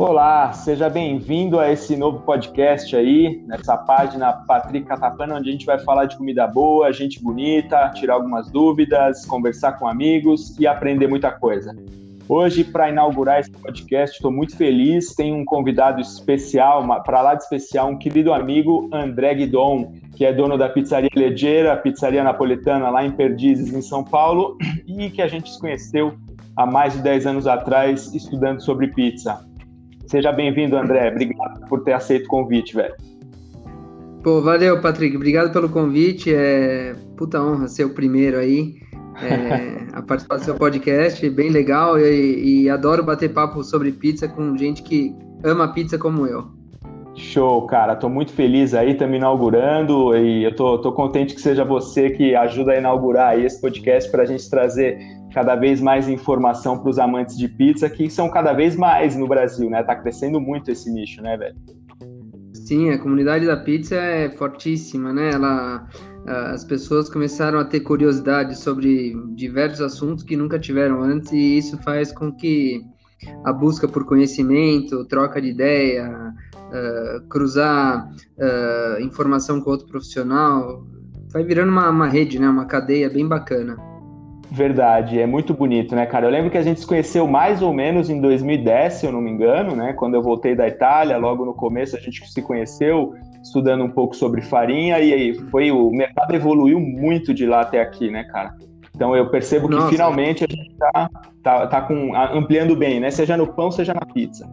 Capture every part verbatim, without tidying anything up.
Olá, seja bem-vindo a esse novo podcast aí, nessa página Patrick Catapano, onde a gente vai falar de comida boa, gente bonita, tirar algumas dúvidas, conversar com amigos e aprender muita coisa. Hoje, para inaugurar esse podcast, estou muito feliz, tem um convidado especial, para lá de especial, um querido amigo, André Guidon, que é dono da Pizzaria Leggera, pizzaria napolitana lá em Perdizes, em São Paulo, e que a gente se conheceu há mais de dez anos atrás, estudando sobre pizza. Seja bem-vindo, André. Obrigado por ter aceito o convite, velho. Pô, valeu, Patrick. Obrigado pelo convite. É puta honra ser o primeiro aí é, a participar do seu podcast. Bem legal e, e adoro bater papo sobre pizza com gente que ama pizza como eu. Show, cara. Tô muito feliz aí, estamos inaugurando e eu tô, tô contente que seja você que ajuda a inaugurar aí esse podcast para a gente trazer cada vez mais informação para os amantes de pizza, que são cada vez mais no Brasil, né? Tá crescendo muito esse nicho, né, velho? Sim, a comunidade da pizza é fortíssima, né? Ela, as pessoas começaram a ter curiosidade sobre diversos assuntos que nunca tiveram antes, e isso faz com que a busca por conhecimento, troca de ideia, uh, cruzar uh, informação com outro profissional, vai virando uma, uma rede, né? Uma cadeia bem bacana. Verdade, é muito bonito, né, cara? Eu lembro que a gente se conheceu mais ou menos em dois mil e dez, se eu não me engano, né? Quando eu voltei da Itália, logo no começo a gente se conheceu, estudando um pouco sobre farinha, e aí foi, o mercado evoluiu muito de lá até aqui, né, cara? Então eu percebo que Nossa. finalmente a gente tá, tá, tá com, ampliando bem, né? Seja no pão, seja na pizza.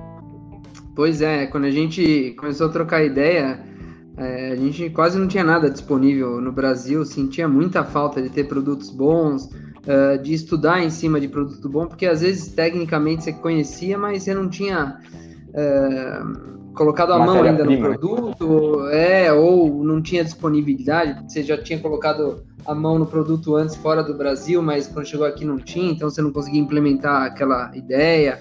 Pois é, quando a gente começou a trocar ideia, É, a gente quase não tinha nada disponível no Brasil, sentia muita falta de ter produtos bons, uh, de estudar em cima de produto bom, porque às vezes tecnicamente você conhecia, mas você não tinha uh, colocado a mão ainda no produto, é, ou não tinha disponibilidade, você já tinha colocado a mão no produto antes fora do Brasil, mas quando chegou aqui não tinha, então você não conseguia implementar aquela ideia.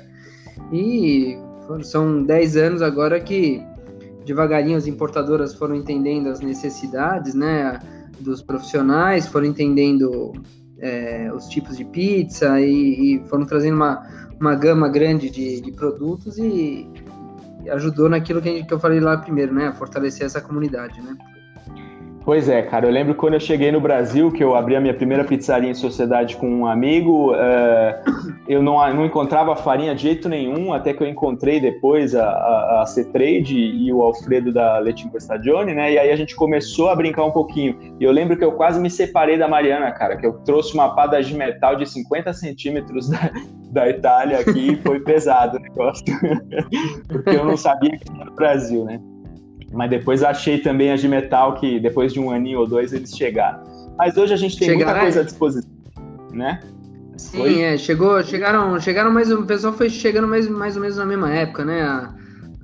E são dez anos agora que devagarinho as importadoras foram entendendo as necessidades, né, dos profissionais, foram entendendo é, os tipos de pizza e, e foram trazendo uma, uma gama grande de, de produtos e, e ajudou naquilo que, a gente, que eu falei lá primeiro, né, a fortalecer essa comunidade, né. Pois é, cara, eu lembro quando eu cheguei no Brasil, que eu abri a minha primeira pizzaria em sociedade com um amigo, uh, eu não, não encontrava farinha de jeito nenhum, até que eu encontrei depois a, a, a C-Trade e o Alfredo da Letinho Stagione, né, e aí a gente começou a brincar um pouquinho, e eu lembro que eu quase me separei da Mariana, cara, que eu trouxe uma pá de metal de cinquenta centímetros da, da Itália aqui, e foi pesado o negócio, porque eu não sabia que era no Brasil, né. Mas depois achei também as de metal, que depois de um aninho ou dois eles chegaram. Mas hoje a gente tem chegaram, muita coisa à disposição, né? Sim, foi? é, chegou, chegaram, chegaram mais, o pessoal foi chegando mais, mais ou menos na mesma época, né? A,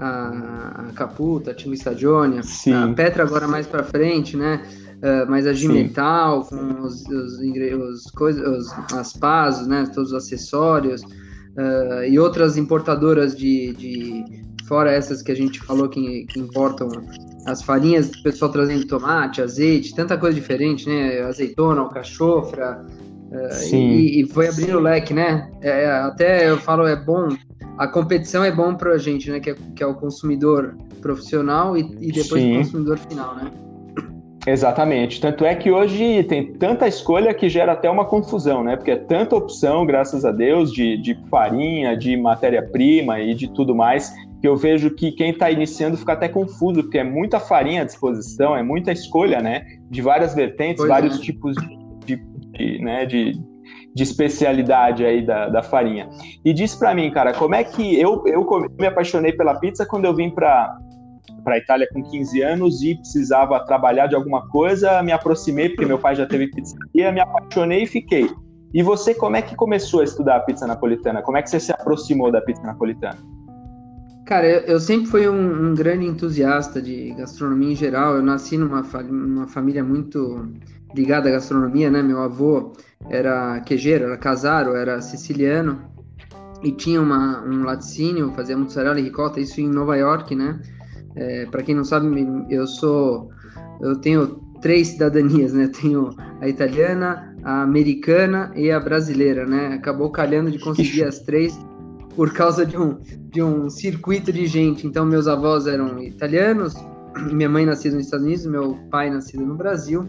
a, a Caputa, a Tim Stagione, a Petra agora mais pra frente, né? Uh, mas a de Sim. metal, com os, os, os, coisas, os as pazos, né? Todos os acessórios, uh, e outras importadoras de... de fora essas que a gente falou que, que importam as farinhas, o pessoal trazendo tomate, azeite, tanta coisa diferente, né? Azeitona, alcachofra, uh, e, e foi abrindo o leque, né? É, até eu falo, é bom, a competição é bom pra gente, né? Que é, que é o consumidor profissional e, e depois Sim. o consumidor final, né? Exatamente, tanto é que hoje tem tanta escolha que gera até uma confusão, né? Porque é tanta opção, graças a Deus, de, de farinha, de matéria-prima e de tudo mais, que eu vejo que quem está iniciando fica até confuso, porque é muita farinha à disposição, é muita escolha, né? De várias vertentes, pois vários é. tipos de, de, de, né? de, de especialidade aí da, da farinha. E diz para mim, cara, como é que eu, eu me apaixonei pela pizza quando eu vim para para a Itália com quinze anos e precisava trabalhar de alguma coisa, me aproximei, porque meu pai já teve pizzaria, me apaixonei e fiquei. E você, como é que começou a estudar a pizza napolitana? Como é que você se aproximou da pizza napolitana? Cara, eu, eu sempre fui um, um grande entusiasta de gastronomia em geral. Eu nasci numa, fa- numa família muito ligada à gastronomia, né? Meu avô era queijeiro, era casaro, era siciliano e tinha uma, um laticínio, fazia mussarela e ricota, isso em Nova York, né? É, para quem não sabe, eu sou, eu tenho três cidadanias, né? Tenho a italiana, a americana e a brasileira, né? Acabou calhando de conseguir as três por causa de um, de um circuito de gente. Então, meus avós eram italianos, minha mãe nascida nos Estados Unidos, meu pai nascido no Brasil,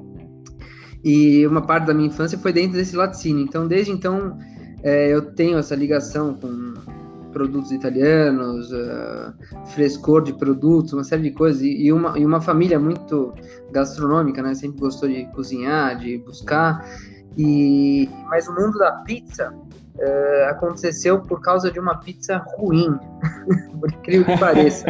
e uma parte da minha infância foi dentro desse laticínio. Então, desde então, é, eu tenho essa ligação com produtos italianos, uh, frescor de produtos, uma série de coisas, e, e, uma, e uma família muito gastronômica, né? Sempre gostou de cozinhar, de buscar, e, mas o mundo da pizza uh, aconteceu por causa de uma pizza ruim, por incrível que pareça.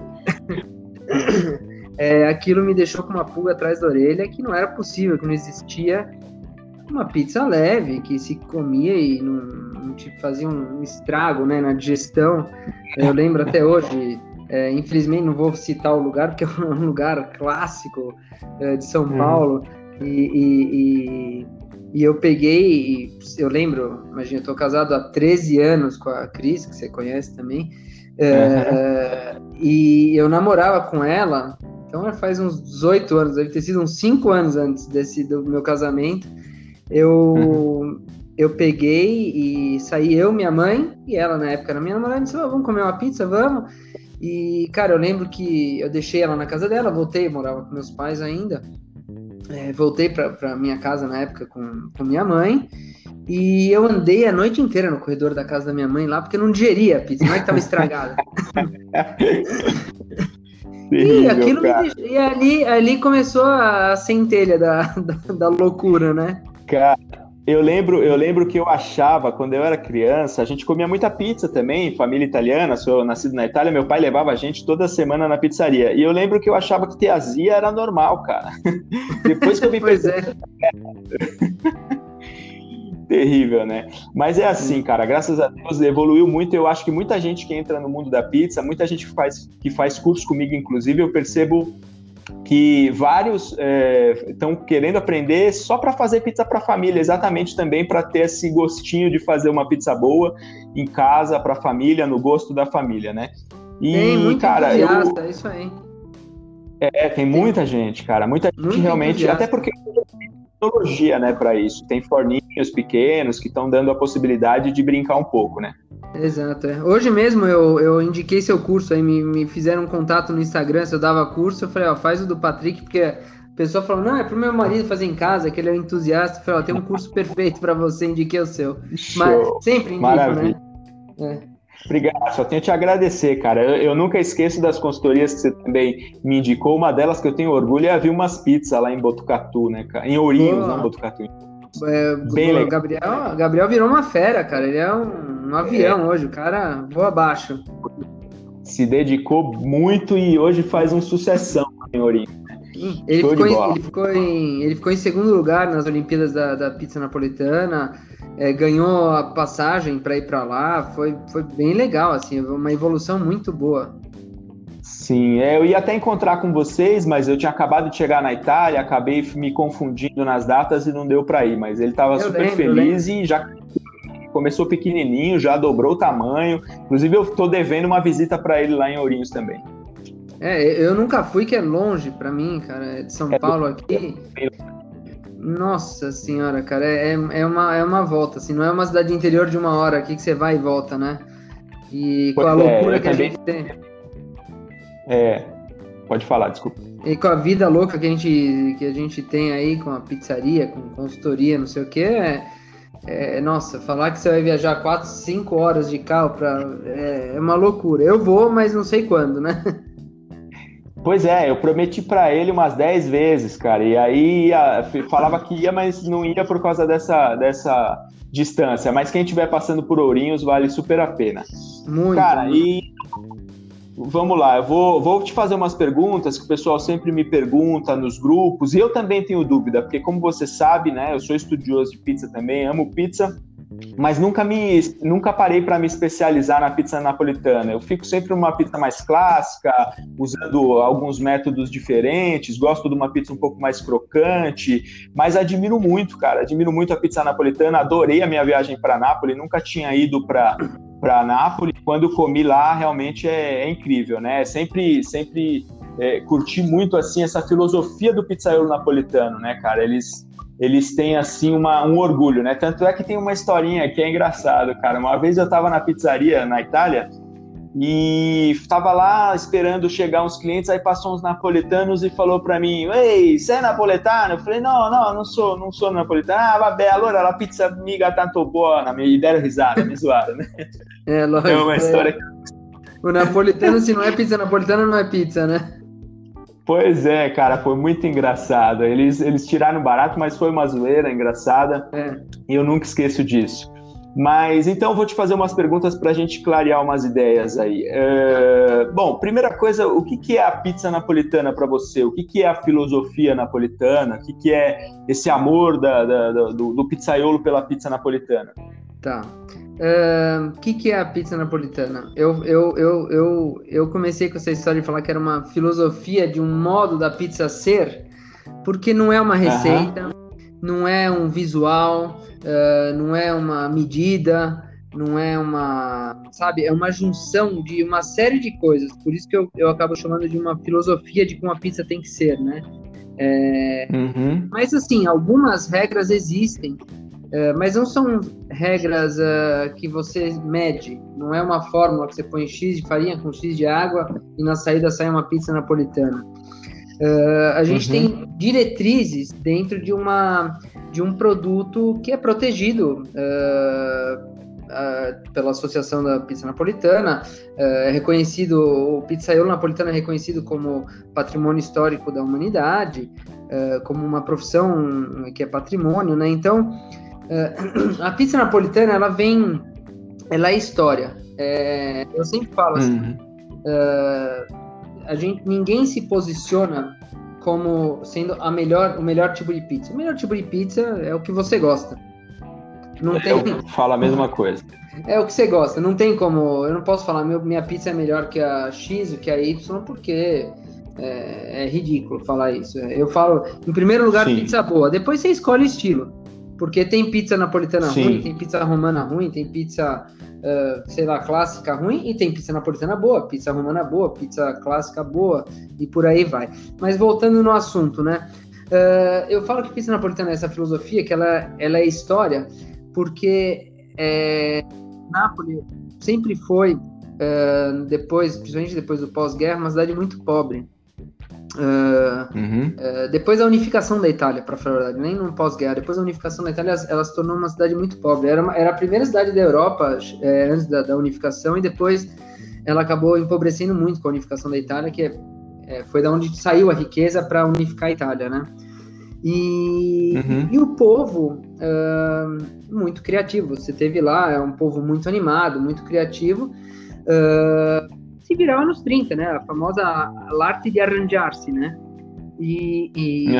É, aquilo me deixou com uma pulga atrás da orelha, que não era possível, que não existia uma pizza leve, que se comia e não, não te fazia um estrago, né, na digestão. Eu lembro até hoje, é, infelizmente não vou citar o lugar, porque é um lugar clássico é, de São Paulo, uhum. e, e, e, e eu peguei, e eu lembro, imagina, eu tô casado há treze anos com a Cris, que você conhece também, é, uhum. e eu namorava com ela, então faz uns dezoito anos, deve ter sido uns cinco anos antes desse, do meu casamento. Eu, uhum. eu peguei e saí eu, minha mãe e ela, na época era minha namorada, disse, oh, vamos comer uma pizza, vamos? E, cara, eu lembro que eu deixei ela na casa dela, voltei, morava com meus pais ainda, é, voltei pra, pra minha casa na época com, com minha mãe, e eu andei a noite inteira no corredor da casa da minha mãe lá, porque eu não digeria a pizza, não é que tava estragada. E, aquilo me deixou, e ali, ali começou a centelha da, da, da loucura, né? Cara, eu lembro, eu lembro que eu achava, quando eu era criança, a gente comia muita pizza também, família italiana, sou nascido na Itália, meu pai levava a gente toda semana na pizzaria. E eu lembro que eu achava que ter azia era normal, cara. Depois que eu me pois é. Terrível, né? Mas é assim, cara, graças a Deus evoluiu muito. Eu acho que muita gente que entra no mundo da pizza, muita gente que faz, que faz curso comigo, inclusive, eu percebo que vários estão é, querendo aprender só para fazer pizza para a família, exatamente também para ter esse gostinho de fazer uma pizza boa em casa, para a família, no gosto da família, né? E, tem muito cara, entusiasta, eu... é isso aí. É, tem muita tem. gente, cara, muita gente muito realmente, entusiasta. Até porque tem tecnologia, né, para isso, tem forninhos pequenos que estão dando a possibilidade de brincar um pouco, né? Exato, é. Hoje mesmo eu, eu indiquei seu curso aí, me, me fizeram um contato no Instagram, se eu dava curso, eu falei, ó, faz o do Patrick, porque a pessoa falou, não, é pro meu marido fazer em casa, que ele é um entusiasta, eu falei, ó, tem um curso perfeito para você, indiquei o seu. Show. Mas sempre indico, Maravilha. Né? É. Obrigado, só tenho a te agradecer, cara. Eu, eu nunca esqueço das consultorias que você também me indicou, uma delas que eu tenho orgulho é a Vilmas Pizza lá em Botucatu, né, cara? Em Ourinhos, não Botucatu. É, Bem o Gabriel, Gabriel virou uma fera, cara. Ele é um, um avião é. hoje, o cara voa abaixo. Se dedicou muito e hoje faz um sucessão em Ourinhos. Ele ficou, em, ele, ficou em, ele ficou em segundo lugar nas Olimpíadas da, da Pizza Napolitana, é, ganhou a passagem para ir para lá, foi, foi bem legal, assim, uma evolução muito boa. Sim, é, eu ia até encontrar com vocês, mas eu tinha acabado de chegar na Itália, acabei me confundindo nas datas e não deu para ir, mas ele estava super lembro, feliz e já começou pequenininho, já dobrou o tamanho, inclusive eu estou devendo uma visita para ele lá em Ourinhos também. É, eu nunca fui, que é longe para mim, cara, é de São é Paulo do... aqui. Nossa senhora, cara, é, é, uma, é uma volta, assim, não é uma cidade interior de uma hora aqui que você vai e volta, né? E com a pois loucura é, que também... a gente tem. É, pode falar, desculpa. E com a vida louca que a gente, que a gente tem aí, com a pizzaria, com consultoria, não sei o que, é, é, nossa, falar que você vai viajar quatro, cinco horas de carro pra, é, é uma loucura. Eu vou, mas não sei quando, né? Pois é, eu prometi pra ele umas dez vezes, cara, e aí ia, falava que ia, mas não ia por causa dessa, dessa distância, mas quem estiver passando por Ourinhos vale super a pena. Muito. Cara, muito. e vamos lá, eu vou, vou te fazer umas perguntas que o pessoal sempre me pergunta nos grupos, e eu também tenho dúvida, porque como você sabe, né, eu sou estudioso de pizza também, amo pizza, mas nunca, me, nunca parei para me especializar na pizza napolitana. Eu fico sempre numa pizza mais clássica, usando alguns métodos diferentes, gosto de uma pizza um pouco mais crocante, mas admiro muito, cara, admiro muito a pizza napolitana, adorei a minha viagem para Nápoles, nunca tinha ido para para Nápoles, quando comi lá realmente é, é incrível, né? Sempre, sempre é, curti muito assim essa filosofia do pizzaiolo napolitano, né, cara? Eles eles têm, assim, uma, um orgulho, né? Tanto é que tem uma historinha que é engraçado, cara. Uma vez eu estava na pizzaria na Itália e estava lá esperando chegar uns clientes, aí passou uns napolitanos e falou para mim: "Ei, você é napoletano?" Eu falei: "Não, não, não sou, não sou napoletano." "Ah, vabbè, allora la pizza mica tanto buona." Me deram risada, me zoaram, né? É, lógico. É uma história... O napolitano, se não é pizza napolitana, não é pizza, né? Pois é, cara, foi muito engraçado. Eles, eles tiraram barato, mas foi uma zoeira engraçada. É. E eu nunca esqueço disso. Mas então vou te fazer umas perguntas para a gente clarear umas ideias aí. É... Bom, primeira coisa, o que, que é a pizza napolitana para você? O que, que é a filosofia napolitana? O que, que é esse amor da, da, do, do pizzaiolo pela pizza napolitana? Tá. O uh, que, que é a pizza napolitana? Eu, eu, eu, eu, eu comecei com essa história de falar que era uma filosofia de um modo da pizza ser, porque não é uma receita, uhum. não é um visual, uh, não é uma medida, não é uma, sabe, é uma junção de uma série de coisas. Por isso que eu, eu acabo chamando de uma filosofia de como a pizza tem que ser, né? É, uhum. Mas assim, algumas regras existem. Uh, mas não são regras uh, que você mede, não é uma fórmula que você põe X de farinha com X de água e na saída sai uma pizza napolitana. Uh, a gente uhum. tem diretrizes dentro de, uma, de um produto que é protegido uh, uh, pela Associação da Pizza Napolitana, uh, é reconhecido, o pizzaiolo napolitano é reconhecido como patrimônio histórico da humanidade, uh, como uma profissão que é patrimônio, né? Então, Uh, a pizza napolitana, ela vem, ela é história. É, eu sempre falo assim, uhum. uh, a gente, ninguém se posiciona como sendo a melhor, o melhor tipo de pizza. O melhor tipo de pizza é o que você gosta. Não tem... Eu falo a mesma coisa. É o que você gosta. Não tem como... Eu não posso falar, meu, minha pizza é melhor que a X, que a Y, porque é, é ridículo falar isso. Eu falo, em primeiro lugar, Sim. pizza boa. Depois você escolhe o estilo. Porque tem pizza napolitana Sim. ruim, tem pizza romana ruim, tem pizza, uh, sei lá, clássica ruim, e tem pizza napolitana boa, pizza romana boa, pizza clássica boa, e por aí vai. Mas voltando no assunto, né? Uh, eu falo que pizza napolitana é essa filosofia, que ela, ela é história, porque é, Nápoles sempre foi, uh, depois, principalmente depois do pós-guerra, uma cidade muito pobre. Uh, uhum. uh, depois da unificação da Itália, para falar a verdade, nem no pós-guerra, depois da unificação da Itália, ela se tornou uma cidade muito pobre. Era, uma, era a primeira cidade da Europa é, antes da, da unificação, e depois ela acabou empobrecendo muito com a unificação da Itália, que é, é, foi da onde saiu a riqueza para unificar a Itália, né? E, uhum. e o povo uh, muito criativo. Você teve lá, é um povo muito animado, muito criativo. Uh, se virava nos trinta, né? A famosa l'arte de arranjar-se, né? E, e,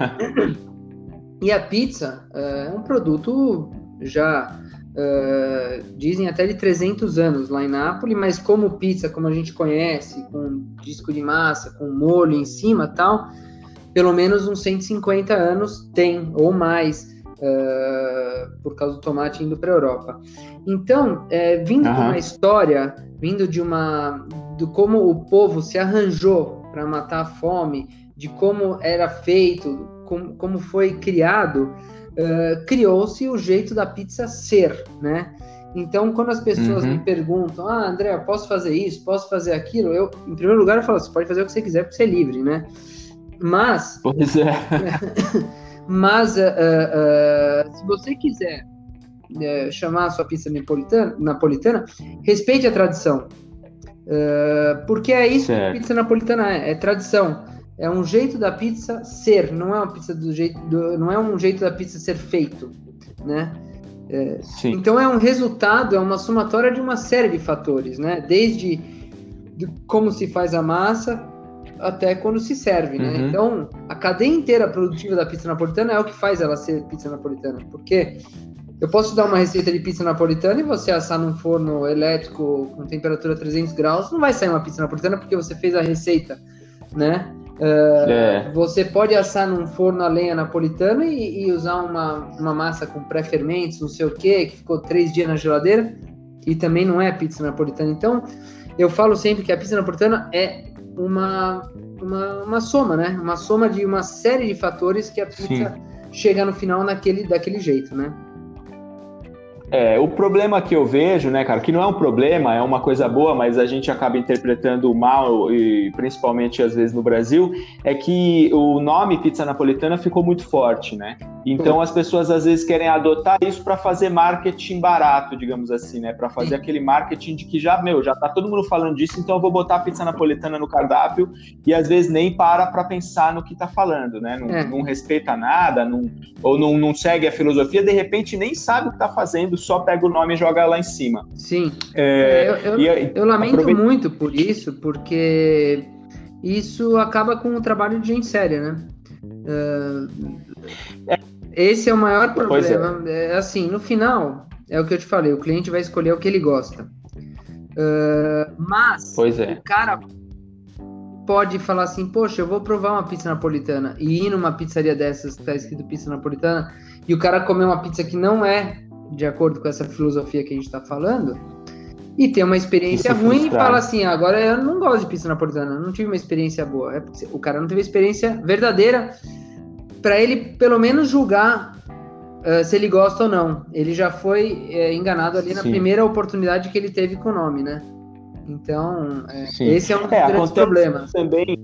e a pizza uh, é um produto já, uh, dizem até de trezentos anos lá em Nápoles, mas como pizza, como a gente conhece, com disco de massa, com molho em cima e tal, pelo menos uns cento e cinquenta anos tem, ou mais, uh, por causa do tomate indo para a Europa. Então, é, vindo uhum. de uma história, vindo de uma... do como o povo se arranjou para matar a fome, de como era feito, como, como foi criado, uh, criou-se o jeito da pizza ser, né? Então, quando as pessoas uhum. me perguntam, ah, André, eu posso fazer isso, posso fazer aquilo? Eu, em primeiro lugar, eu falo, você pode fazer o que você quiser, porque você é livre, né? Mas... Pois é. mas, uh, uh, uh, se você quiser uh, chamar a sua pizza napolitana, napolitana respeite a tradição. Uh, porque é isso certo. Que a pizza napolitana é, é tradição, é um jeito da pizza ser, não é uma pizza do jeito, do, não é um jeito da pizza ser feito, né? É, então é um resultado, é uma somatória de uma série de fatores, né? Desde de como se faz a massa até quando se serve, né? Uhum. Então a cadeia inteira produtiva da pizza napolitana é o que faz ela ser pizza napolitana, porque eu posso dar uma receita de pizza napolitana e você assar num forno elétrico com temperatura trezentos graus, não vai sair uma pizza napolitana porque você fez a receita, né? Uh, é. Você pode assar num forno a lenha napolitana e, e usar uma, uma massa com pré-fermentos, não sei o que, que ficou três dias na geladeira e também não é pizza napolitana. Então, eu falo sempre que a pizza napolitana é uma, uma, uma soma, né? Uma soma de uma série de fatores que a pizza Sim. chega no final naquele, daquele jeito, né? É, o problema que eu vejo, né, cara, que não é um problema, é uma coisa boa, mas a gente acaba interpretando mal, e principalmente às vezes no Brasil, é que o nome pizza napolitana ficou muito forte, né? Então as pessoas às vezes querem adotar isso para fazer marketing barato, digamos assim, né? Para fazer Sim. aquele marketing de que já, meu, já tá todo mundo falando disso, então eu vou botar pizza napolitana no cardápio e às vezes nem para para pensar no que tá falando, né? Não, é. não respeita nada, não, ou não, não segue a filosofia, de repente nem sabe o que tá fazendo, só pega o nome e joga lá em cima. Sim. É, eu, eu, e, eu lamento aproveita... muito por isso, porque isso acaba com o trabalho de gente séria, né? Uh, é. Esse é o maior problema. É. É, assim, no final, é o que eu te falei, o cliente vai escolher o que ele gosta. Uh, mas pois é. o cara pode falar assim, poxa, eu vou provar uma pizza napolitana e ir numa pizzaria dessas que tá escrito pizza napolitana e o cara comer uma pizza que não é de acordo com essa filosofia que a gente está falando, e ter uma experiência ruim e falar assim, agora eu não gosto de pizza napolitana, não tive uma experiência boa. É porque o cara não teve experiência verdadeira para ele, pelo menos, julgar uh, se ele gosta ou não. Ele já foi uh, enganado ali Sim. na primeira oportunidade que ele teve com o nome, né? Então, é, esse é um dos é, grandes problemas. Também...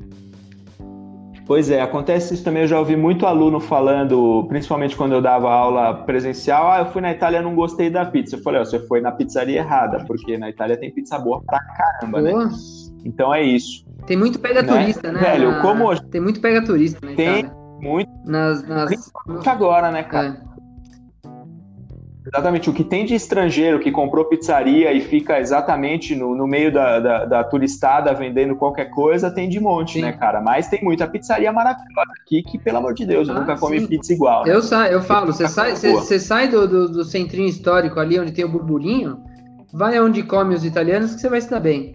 Pois é, acontece isso também, eu já ouvi muito aluno falando, principalmente quando eu dava aula presencial, ah, eu fui na Itália e não gostei da pizza. Eu falei, ó, você foi na pizzaria errada, porque na Itália tem pizza boa pra caramba, Boa. né? Então é isso. Tem muito pega turista, né? Velho, na... como... Tem muito pega turista na Itália. Tem muito, nas, nas... principalmente agora, né, cara? É. Exatamente, o que tem de estrangeiro que comprou pizzaria e fica exatamente no, no meio da, da, da turistada vendendo qualquer coisa, tem de monte, sim. né, cara? Mas tem muita pizzaria maravilhosa aqui que, pelo amor de Deus, eu ah, nunca comi sim. pizza igual. Né? Eu, sa eu falo, você sai, cê, cê sai do, do, do centrinho histórico ali onde tem o burburinho, vai aonde come os italianos que você vai se dar bem.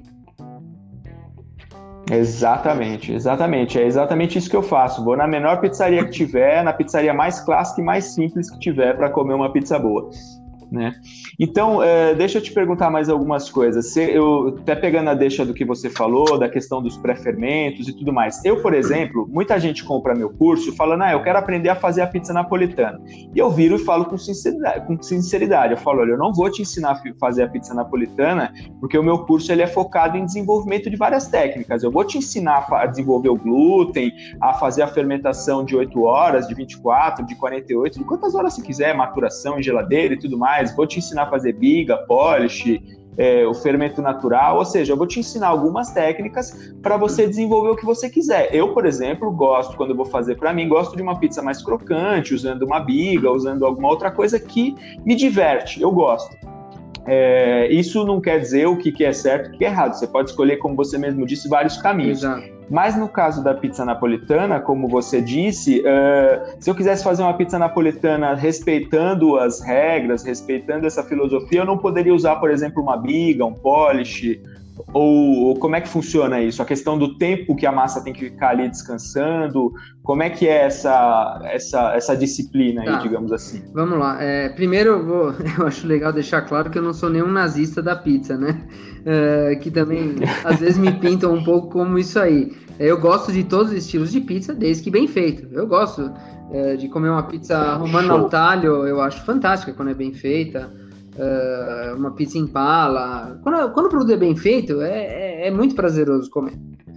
Exatamente, exatamente. É exatamente isso que eu faço. Vou na menor pizzaria que tiver, na pizzaria mais clássica e mais simples que tiver para comer uma pizza boa. Né? Então, é, deixa eu te perguntar mais algumas coisas. Se, eu, até pegando a deixa do que você falou, da questão dos pré-fermentos e tudo mais. Eu, por exemplo, muita gente compra meu curso falando, ah, eu quero aprender a fazer a pizza napolitana. E eu viro e falo com sinceridade, com sinceridade. Eu falo, olha, eu não vou te ensinar a fazer a pizza napolitana, porque o meu curso ele é focado em desenvolvimento de várias técnicas. Eu vou te ensinar a desenvolver o glúten, a fazer a fermentação de oito horas, de vinte e quatro, de quarenta e oito, de quantas horas você quiser, maturação em geladeira e tudo mais. Vou te ensinar a fazer biga, polish, é, o fermento natural, ou seja, eu vou te ensinar algumas técnicas para você desenvolver o que você quiser. Eu, por exemplo, gosto, quando eu vou fazer para mim, gosto de uma pizza mais crocante, usando uma biga, usando alguma outra coisa que me diverte, eu gosto. É, isso não quer dizer o que, que é certo e o que é errado, você pode escolher, como você mesmo disse, vários caminhos. Exato. Mas no caso da pizza napolitana, como você disse, uh, se eu quisesse fazer uma pizza napolitana respeitando as regras, respeitando essa filosofia, eu não poderia usar, por exemplo, uma biga, um polish, ou, ou como é que funciona isso? A questão do tempo que a massa tem que ficar ali descansando, como é que é essa, essa, essa disciplina aí, tá. digamos assim? Vamos lá. É, primeiro, eu, vou, eu acho legal deixar claro que eu não sou nenhum nazista da pizza, né? É, que também, às vezes, me pintam um pouco como isso aí. Eu gosto de todos os estilos de pizza, desde que bem feito. Eu gosto é, de comer uma pizza romana ao talho, eu acho fantástica quando é bem feita. Uh, uma pizza em pala. Quando, quando o produto é bem feito, é, é, é muito prazeroso comer.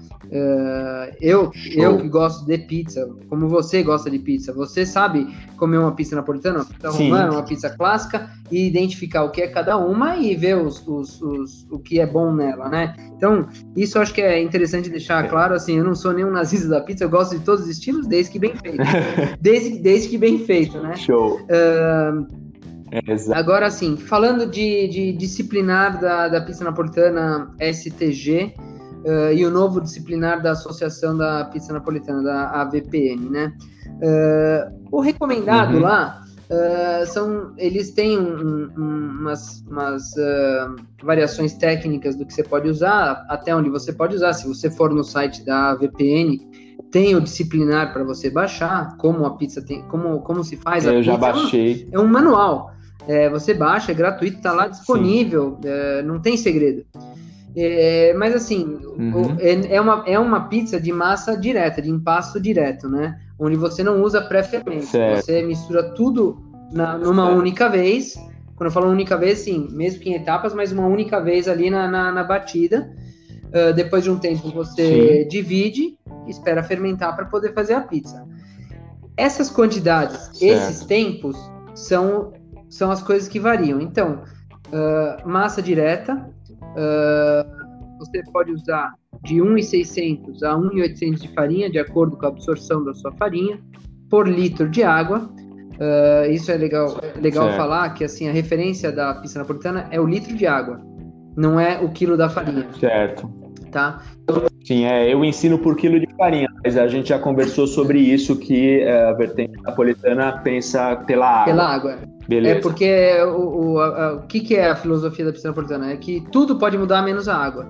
Uh, eu, eu que gosto de pizza, como você gosta de pizza, você sabe comer uma pizza napolitana, uma pizza Sim. romana, uma pizza clássica e identificar o que é cada uma e ver os, os, os, o que é bom nela, né? Então, isso eu acho que é interessante deixar claro, assim, eu não sou nenhum nazista da pizza, eu gosto de todos os estilos, desde que bem feito. desde, desde que bem feito, né? Show! Uh, É, Agora, assim, falando de, de disciplinar da, da pizza napolitana S T G uh, e o novo disciplinar da Associação da Pizza Napolitana, da A V P N, né? Uh, o recomendado uhum. lá, uh, são, eles têm um, um, umas, umas uh, variações técnicas do que você pode usar, até onde você pode usar. Se você for no site da A V P N, tem o disciplinar para você baixar, como a pizza tem, como, como se faz a Eu pizza. Eu já baixei. É um, é um manual. É, você baixa, é gratuito, está lá disponível, é, não tem segredo. É, mas assim, uhum. o, é, é, uma, é uma pizza de massa direta, de empasto direto, né? onde você não usa pré-fermento. Certo. Você mistura tudo na, numa certo. única vez. Quando eu falo única vez, sim, mesmo que em etapas, mas uma única vez ali na, na, na batida. Uh, depois de um tempo você sim. divide e espera fermentar para poder fazer a pizza. Essas quantidades, certo. esses tempos, são, são as coisas que variam. Então, uh, massa direta, uh, você pode usar de um mil e seiscentos a um mil e oitocentos de farinha, de acordo com a absorção da sua farinha, por litro de água. Uh, isso é legal, legal falar, que assim, a referência da pizza napolitana é o litro de água, não é o quilo da farinha. Certo. Tá? Sim, é, eu ensino por quilo de farinha, mas a gente já conversou sobre isso, que é, a vertente napolitana pensa pela água. Pela água. Beleza. É porque o, o, a, a, o que, que é a filosofia da pizza napolitana? É que tudo pode mudar menos a água.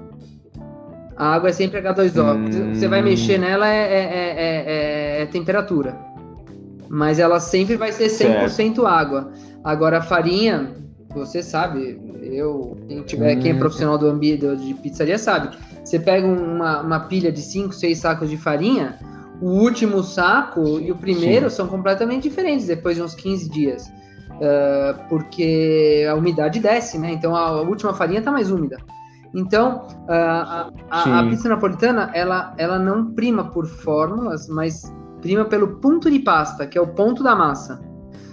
A água é sempre agá dois ó. Hum... Você vai mexer nela é, é, é, é, é temperatura. Mas ela sempre vai ser cem por cento certo. água. Agora a farinha, você sabe, eu, quem, tiver, hum. quem é profissional do ambiente de pizzaria sabe. Você pega uma, uma pilha de cinco, seis sacos de farinha, o último saco e o primeiro Sim. são completamente diferentes depois de uns quinze dias. Uh, porque a umidade desce, né? Então a última farinha está mais úmida. Então, uh, a, a, a pizza napolitana, ela, ela não prima por fórmulas, mas prima pelo ponto de pasta, que é o ponto da massa.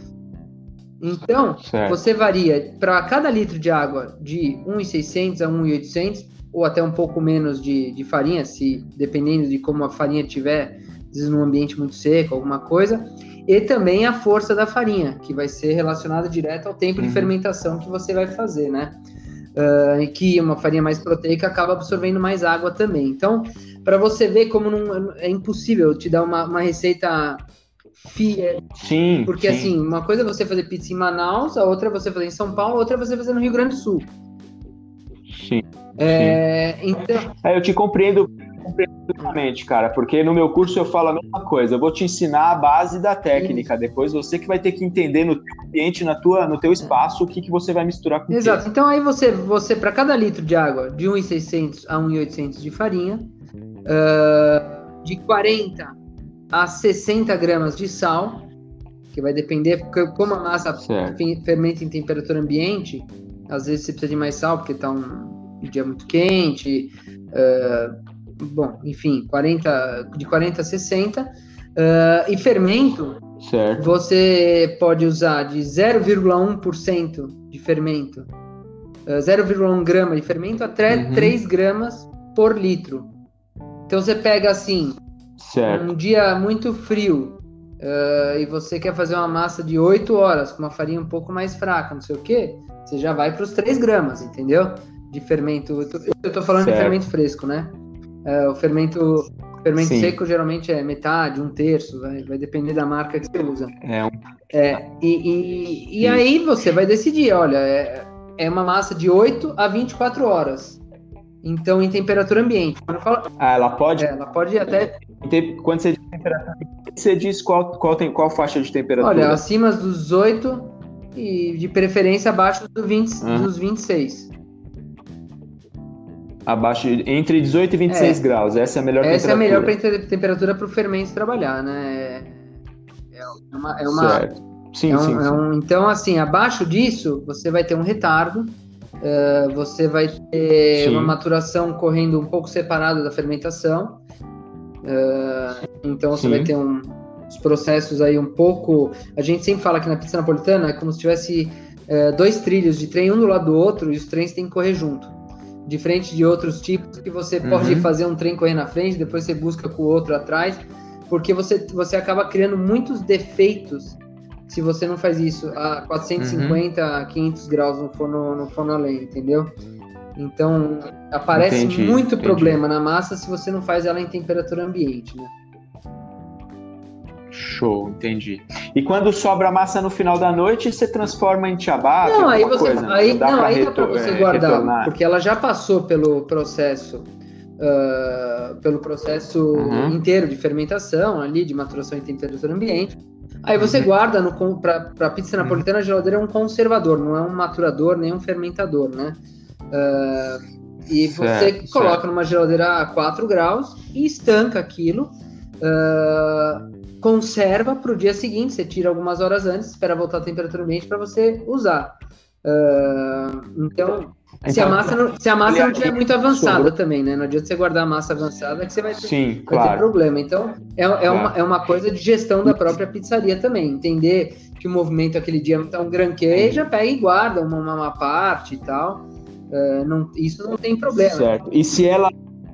Então, certo. você varia para cada litro de água de um mil e seiscentos a um mil e oitocentos, ou até um pouco menos de, de farinha, se dependendo de como a farinha estiver, às vezes num ambiente muito seco, alguma coisa, e também a força da farinha, que vai ser relacionada direto ao tempo uhum. de fermentação que você vai fazer, né? Uh, e que uma farinha mais proteica acaba absorvendo mais água também. Então, para você ver como não, é impossível te dar uma, uma receita fiel. Sim, porque sim. assim, uma coisa é você fazer pizza em Manaus, a outra é você fazer em São Paulo, a outra é você fazer no Rio Grande do Sul. Sim. É, sim. Então... É, eu te compreendo completamente, cara, porque no meu curso eu falo a mesma coisa. Eu vou te ensinar a base da técnica. Sim. Depois você que vai ter que entender no teu ambiente, na tua, no teu espaço, o que, que você vai misturar com o Exato. quê. Então aí você, você para cada litro de água, de um mil e seiscentos a um mil e oitocentos de farinha, uh, de quarenta a sessenta gramas de sal, que vai depender, porque como a massa certo. fermenta em temperatura ambiente, às vezes você precisa de mais sal, porque está um dia muito quente, uh, bom, enfim, quarenta, de quarenta a sessenta, uh, e fermento, certo. você pode usar de zero vírgula um por cento de fermento, uh, zero vírgula um grama de fermento até uhum. três gramas por litro. Então você pega assim, certo. um dia muito frio, uh, e você quer fazer uma massa de oito horas, com uma farinha um pouco mais fraca, não sei o que, você já vai para os três gramas, entendeu? De fermento, eu tô, eu tô falando certo. de fermento fresco, né? Uh, o fermento, fermento seco geralmente é metade, um terço, vai, vai depender da marca que você usa. É, um... é e e, e aí você vai decidir, olha, é, é uma massa de oito a vinte e quatro horas. Então, em temperatura ambiente. Quando eu falo, ah, ela pode? É, ela pode até... Quando você diz temperatura ambiente, você diz qual, qual, tem, qual faixa de temperatura? Olha, acima dos oito e de preferência abaixo do vinte, uhum. dos vinte e seis. Abaixo, entre dezoito e vinte e seis é, graus, essa é a melhor essa temperatura. Essa é a melhor temperatura para o fermento trabalhar, né? É uma... É uma certo. Sim, é um, sim, é sim. Um, então, assim, abaixo disso, você vai ter um retardo, uh, você vai ter sim. uma maturação correndo um pouco separada da fermentação, uh, então você sim. vai ter um, os processos aí um pouco... A gente sempre fala que na pizza napolitana é como se tivesse uh, dois trilhos de trem, um do lado do outro, e os trens têm que correr junto. Diferente de outros tipos que você uhum. pode fazer um trem correr na frente, depois você busca com o outro atrás, porque você, você acaba criando muitos defeitos se você não faz isso a quatrocentos e cinquenta, uhum. a quinhentos graus no forno, no forno a lenha, entendeu? Então, aparece entendi, muito entendi. problema na massa se você não faz ela em temperatura ambiente, né? Show, entendi. E quando sobra a massa no final da noite, você transforma em ciabatta? Não, aí você coisa, aí, não dá não, para aí dá pra você guardar, retornar. Porque ela já passou pelo processo uh, pelo processo uhum. inteiro de fermentação ali, de maturação em temperatura ambiente. Aí você uhum. guarda no para pizza napolitana, a geladeira é um conservador, não é um maturador nem um fermentador, né? Uh, e certo, você coloca certo. numa geladeira a quatro graus e estanca aquilo. Uh, conserva para o dia seguinte, você tira algumas horas antes, espera voltar a temperatura ambiente para você usar. Uh, então, então, se a massa não, se a massa não tiver muito avançada sobrou. Também, né? Não adianta você guardar a massa avançada que você vai ter, Sim, vai claro. ter problema. Então, é, é, claro. uma, é uma coisa de gestão da própria pizzaria também. Entender que o movimento aquele dia não tá um gran queijo, pega e guarda uma, uma, uma parte e tal. Uh, não, isso não tem problema. Certo. E se ela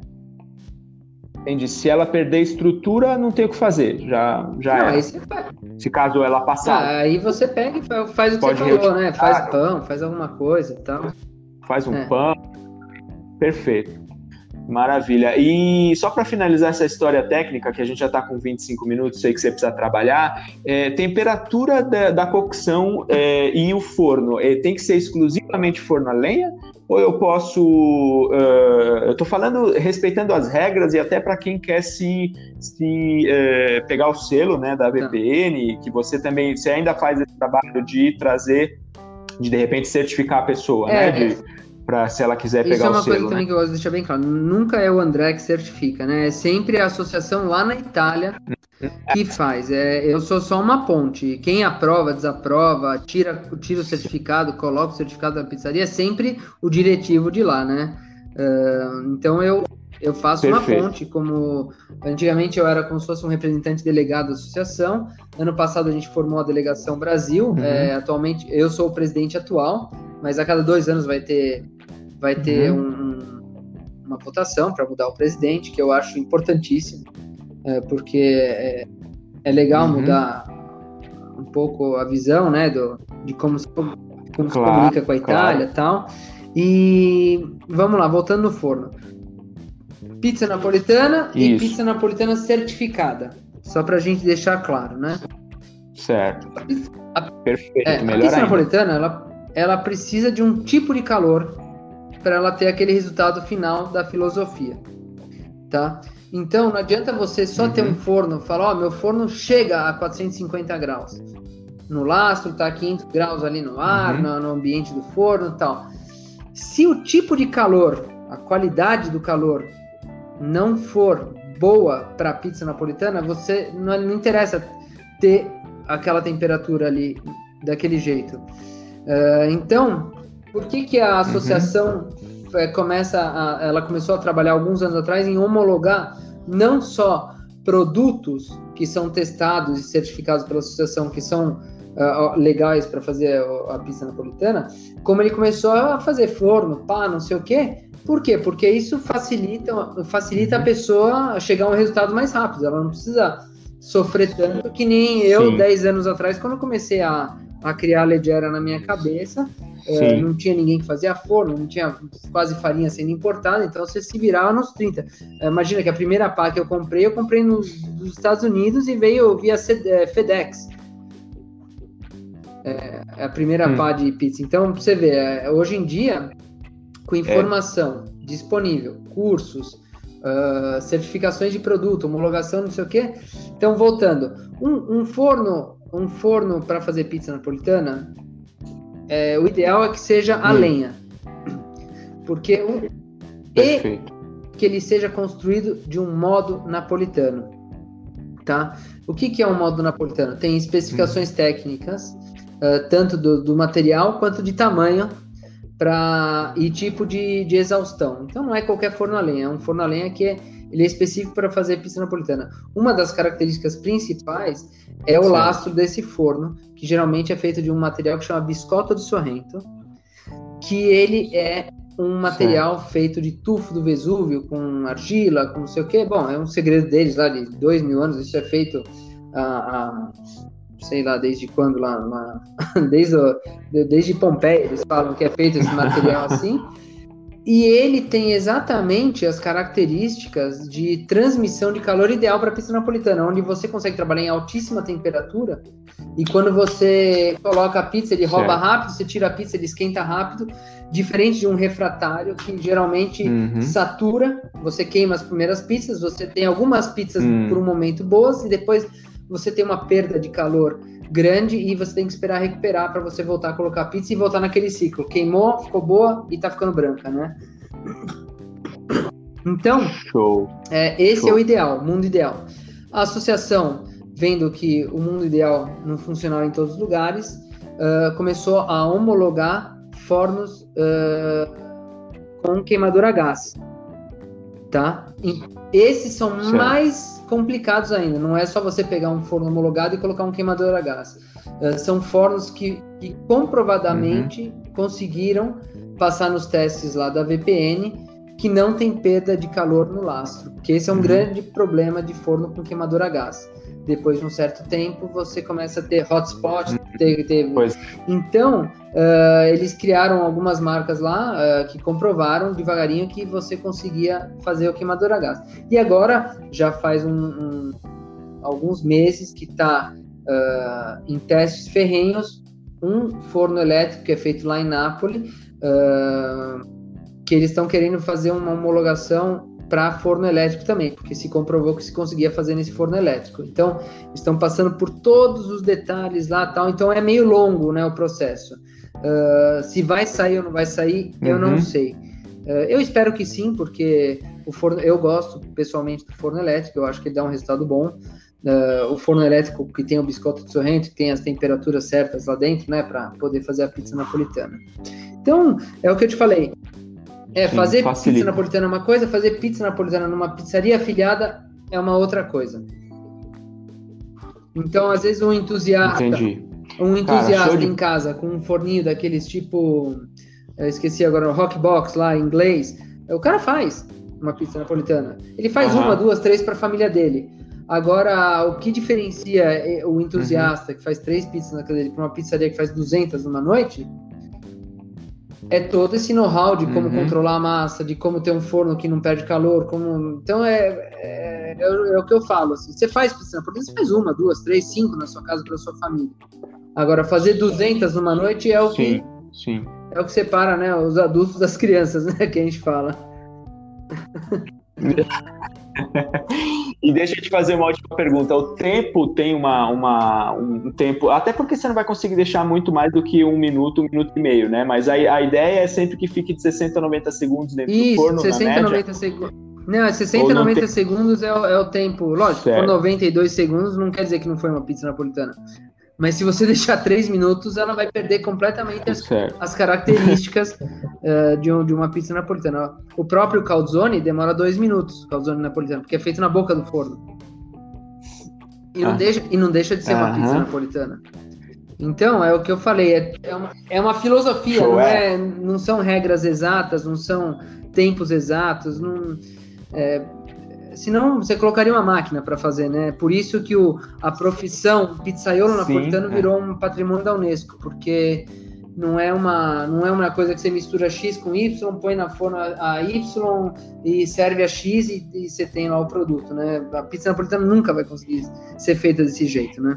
Entendi. Se ela perder estrutura, não tem o que fazer. Já, já não, é. Aí você faz. Se caso ela passar. Ah, aí você pega e faz, faz o que você falou, né? Faz pão, faz alguma coisa e tal. Faz um é. pão. Perfeito. Maravilha. E só para finalizar essa história técnica, que a gente já está com vinte e cinco minutos, sei que você precisa trabalhar, é, temperatura da, da cocção é, e o forno, é, tem que ser exclusivamente forno a lenha? Ou eu posso... Uh, eu estou falando, respeitando as regras e até para quem quer se, se uh, pegar o selo, né, da V P N, que você também, você ainda faz esse trabalho de trazer, de de repente certificar a pessoa, é, né, de... Pra, se ela quiser pegar o selo. Isso é uma coisa né? também que eu gosto de deixar bem claro. Nunca é o André que certifica, né? É sempre a associação lá na Itália que faz. É, eu sou só uma ponte. Quem aprova, desaprova, tira, tira o certificado, coloca o certificado da pizzaria, é sempre o diretivo de lá, né? Uh, então eu, eu faço Perfeito. Uma ponte, como antigamente eu era como se fosse um representante delegado da associação. Ano passado a gente formou a Delegação Brasil. Uhum. É, atualmente eu sou o presidente atual, mas a cada dois anos vai ter, vai ter uhum. um, uma votação para mudar o presidente, que eu acho importantíssimo, é, porque é, é legal uhum. mudar um pouco a visão, né, do, de como, se, como claro, se comunica com a Itália e claro. Tal. E vamos lá, voltando no forno. Pizza napolitana Isso. e pizza napolitana certificada, só para a gente deixar claro, né? Certo. A, Perfeito, é, melhor a pizza ainda. napolitana, ela ela precisa de um tipo de calor para ela ter aquele resultado final da filosofia, tá? Então, não adianta você só uhum. ter um forno, falar, ó, oh, meu forno chega a quatrocentos e cinquenta graus no lastro, tá a quinhentos graus ali no ar, uhum. no, no ambiente do forno e tal. Se o tipo de calor, a qualidade do calor não for boa para a pizza napolitana, você não, não interessa ter aquela temperatura ali daquele jeito. Uh, então, por que que a associação uhum. é, começa a, ela começou a trabalhar alguns anos atrás em homologar não só produtos que são testados e certificados pela associação, que são uh, legais para fazer a, a pizza napolitana, como ele começou a fazer forno, pá, não sei o quê. Por quê? Porque isso facilita, facilita uhum. a pessoa a chegar a um resultado mais rápido, ela não precisa sofrer tanto que nem eu, Sim. dez anos atrás, quando eu comecei a a criar a Leggera na minha cabeça, é, não tinha ninguém que fazia forno, não tinha quase farinha sendo importada, então você se virava nos trinta. É, imagina que a primeira pá que eu comprei, eu comprei nos, nos Estados Unidos e veio via FedEx. É, a primeira hum. pá de pizza. Então, pra você ver, é, hoje em dia, com informação é. disponível, cursos, uh, certificações de produto, homologação, não sei o quê. Então, voltando, um, um forno um forno para fazer pizza napolitana, é, o ideal é que seja a hum. lenha, porque um, e que ele seja construído de um modo napolitano, tá? O que, que é um modo napolitano? Tem especificações hum. técnicas, uh, tanto do, do material quanto de tamanho pra, e tipo de, de exaustão. Então não é qualquer forno a lenha, é um forno a lenha que é ele é específico para fazer pizza napolitana. Uma das características principais é o Sim. lastro desse forno, que geralmente é feito de um material que chama biscotto de Sorrento, que ele é um material Sim. feito de tufo do Vesúvio, com argila, com não sei o quê. Bom, é um segredo deles lá de dois mil anos, isso é feito a, a sei lá, desde quando lá, lá desde, o, desde Pompeia, eles falam que é feito esse material assim. E ele tem exatamente as características de transmissão de calor ideal para a pizza napolitana, onde você consegue trabalhar em altíssima temperatura e quando você coloca a pizza, ele rouba certo. rápido, você tira a pizza, ele esquenta rápido, diferente de um refratário que geralmente uhum. satura, você queima as primeiras pizzas, você tem algumas pizzas uhum. por um momento boas e depois você tem uma perda de calor grande e você tem que esperar recuperar para você voltar a colocar a pizza e voltar naquele ciclo. Queimou, ficou boa e tá ficando branca, né? Então, Show. É, esse Show. é o ideal, o mundo ideal. A associação vendo que o mundo ideal não funcionava em todos os lugares, uh, começou a homologar fornos uh, com queimador a gás, tá? E esses são certo. mais complicados ainda, não é só você pegar um forno homologado e colocar um queimador a gás. Uh, são fornos que, que comprovadamente uhum. conseguiram passar nos testes lá da V P N, que não tem perda de calor no lastro, porque esse é um uhum. grande problema de forno com queimador a gás. Depois de um certo tempo, você começa a ter hotspot. Uhum. Ter, ter... Então, uh, eles criaram algumas marcas lá uh, que comprovaram devagarinho que você conseguia fazer o queimador a gás. E agora, já faz um, um, alguns meses que está uh, em testes ferrenhos um forno elétrico que é feito lá em Nápoles, uh, que eles estão querendo fazer uma homologação para forno elétrico também, porque se comprovou que se conseguia fazer nesse forno elétrico. Então, estão passando por todos os detalhes lá, tal. Então, é meio longo, né, o processo. Uh, se vai sair ou não vai sair, uhum. eu não sei. Uh, eu espero que sim, porque o forno, eu gosto pessoalmente do forno elétrico, eu acho que ele dá um resultado bom. Uh, o forno elétrico que tem o biscoito de Sorrento, que tem as temperaturas certas lá dentro, né, para poder fazer a pizza napolitana. Então, é o que eu te falei. É, Sim, fazer facilita. Pizza napolitana é uma coisa, fazer pizza napolitana numa pizzaria afiliada é uma outra coisa. Então, às vezes, um entusiasta, Entendi. um entusiasta Cara, de... em casa com um forninho daqueles tipo, eu esqueci agora, o Rock Box lá em inglês, o cara faz uma pizza napolitana. Ele faz uhum. uma, duas, três para a família dele. Agora, o que diferencia o entusiasta uhum. que faz três pizzas na casa dele para uma pizzaria que faz duzentas numa noite é todo esse know-how de como uhum. controlar a massa, de como ter um forno que não perde calor, como... Então é, é, é, é o que eu falo, assim, você faz pizza napolitana, você faz uma, duas, três, cinco na sua casa para sua família. Agora, fazer duzentas numa noite é o sim, que sim. é o que separa, né, os adultos das crianças, né, que a gente fala. E deixa eu te fazer uma última pergunta. O tempo tem uma, uma, um tempo, até porque você não vai conseguir deixar muito mais do que um minuto, um minuto e meio, né? Mas a, a ideia é sempre que fique de sessenta a noventa segundos dentro Isso, do forno, sessenta, na média. noventa segundos. Não, sessenta a noventa tem... segundos é o, é o tempo. Lógico, certo. Por noventa e dois segundos não quer dizer que não foi uma pizza napolitana. Mas se você deixar três minutos, ela vai perder completamente as, as características uh, de, um, de uma pizza napolitana. O próprio calzone demora dois minutos, o calzone napolitano, porque é feito na boca do forno. E não, ah. deixa, e não deixa de ser uma uh-huh. pizza napolitana. Então, é o que eu falei, é, é, uma, é uma filosofia, não, é, não são regras exatas, não são tempos exatos, não... É, senão você colocaria uma máquina para fazer, né? Por isso que o, a profissão pizzaiolo napolitano Sim, virou é. um patrimônio da Unesco, porque não é, uma, não é uma coisa que você mistura X com Y, põe na forno a Y e serve a X e, e você tem lá o produto, né? A pizza napolitana nunca vai conseguir ser feita desse jeito, né?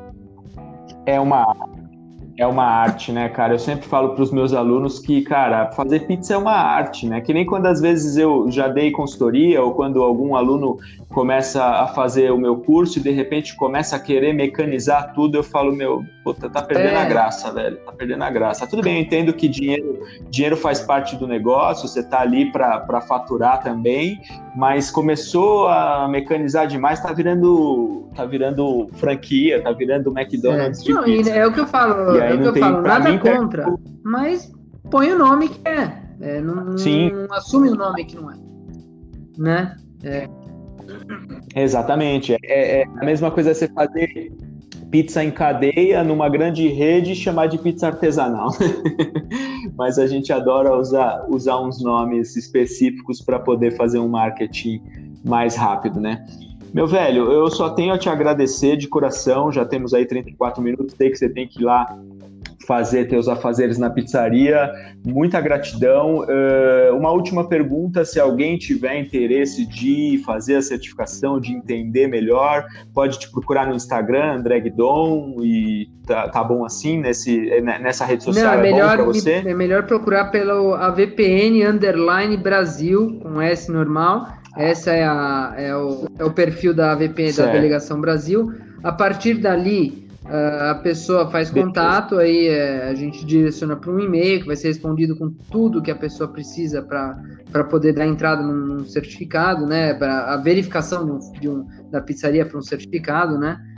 É uma... É uma arte, né, cara? Eu sempre falo para os meus alunos que, cara, fazer pizza é uma arte, né? Que nem quando às vezes eu já dei consultoria ou quando algum aluno começa a fazer o meu curso e de repente começa a querer mecanizar tudo, eu falo, meu, puta, tá perdendo é. a graça, velho. Tá perdendo a graça. Tudo bem, eu entendo que dinheiro, dinheiro faz parte do negócio, você tá ali para faturar também, mas começou a mecanizar demais, tá virando, tá virando franquia, tá virando McDonald's é. de Não, pizza. É o que eu falo, é o que eu tem, falo, nada mim, contra, é... mas põe o nome que é, é não, Sim. não assume o nome que não é, né? É. Exatamente, é, é a mesma coisa você fazer pizza em cadeia numa grande rede e chamar de pizza artesanal. Mas a gente adora usar, usar uns nomes específicos para poder fazer um marketing mais rápido, né? Meu velho, eu só tenho a te agradecer de coração, já temos aí trinta e quatro minutos, sei que você tem que ir lá fazer teus afazeres na pizzaria, muita gratidão. Uh, uma última pergunta, se alguém tiver interesse de fazer a certificação, de entender melhor, pode te procurar no Instagram, André Guidon, e tá, tá bom assim, nesse, nessa rede social. Não, é, é melhor, bom para você? É melhor procurar pelo A V P N underline Brasil, com S normal. Essa é, a, é, o, é o perfil da A V P, certo. Da Delegação Brasil. A partir dali, a pessoa faz contato, aí a gente direciona para um e-mail que vai ser respondido com tudo que a pessoa precisa para poder dar entrada num certificado, né? Para a verificação de um, de um, da pizzaria para um certificado, né?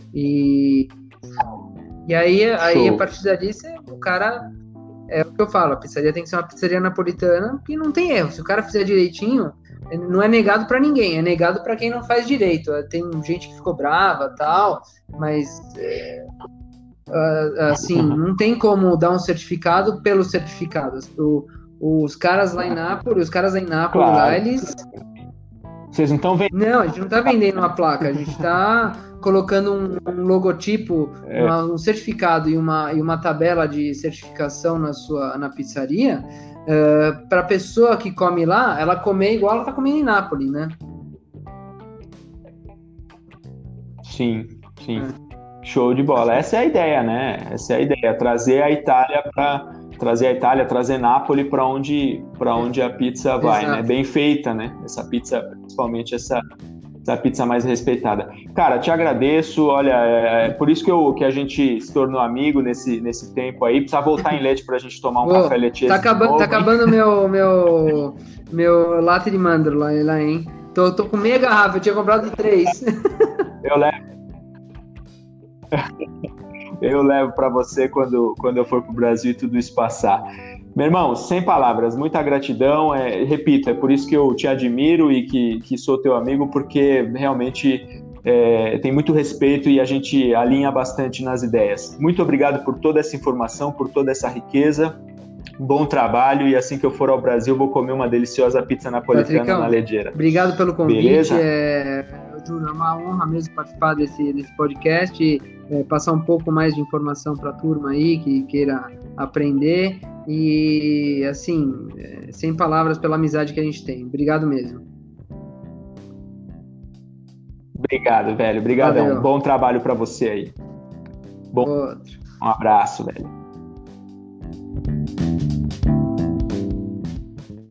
E, e aí, aí, a partir dali, você, o cara... É o que eu falo, a pizzaria tem que ser uma pizzaria napolitana que não tem erro. Se o cara fizer direitinho, não é negado para ninguém, é negado para quem não faz direito. Tem gente que ficou brava, tal, mas é, assim, não tem como dar um certificado pelo certificado. O, os caras lá em Nápoles, os caras lá em Nápoles, claro. Lá, eles... Vocês não estão vendendo? Não, a gente não está vendendo uma placa, a gente está colocando um, um logotipo, é. uma, um certificado e uma, e uma tabela de certificação na sua na pizzaria, uh, para a pessoa que come lá, ela comer igual ela está comendo em Nápoles, né? Sim, sim. É. Show de bola. Essa é a ideia, né? Essa é a ideia, trazer a Itália para trazer a Itália, trazer Nápoles para onde para onde a pizza vai, Exato. Né? Bem feita, né? Essa pizza, principalmente essa essa pizza mais respeitada. Cara, te agradeço. Olha, é, é por isso que, eu, que a gente se tornou amigo nesse, nesse tempo aí. Precisa voltar em Lecce pra gente tomar um Pô, café Lecce. Tá acabando, tá acabando meu, meu, meu latte de mandorla lá, lá, hein? Tô, tô com meia garrafa, eu tinha comprado três. Eu levo. Eu levo para você quando, quando eu for pro Brasil e tudo isso passar. Meu irmão, sem palavras, muita gratidão. É, repito, é por isso que eu te admiro e que, que sou teu amigo, porque realmente é, tem muito respeito e a gente alinha bastante nas ideias. Muito obrigado por toda essa informação, por toda essa riqueza. Bom trabalho, e assim que eu for ao Brasil, vou comer uma deliciosa pizza napolitana Patricão, na Leggera. Obrigado pelo convite. Beleza? É, Júlio, é uma honra mesmo participar desse, desse podcast, e, é, passar um pouco mais de informação para a turma aí que queira aprender. E, assim, é, sem palavras pela amizade que a gente tem. Obrigado mesmo. Obrigado, velho. Obrigadão. Bom trabalho para você aí. Bom, Outro. Um abraço, velho.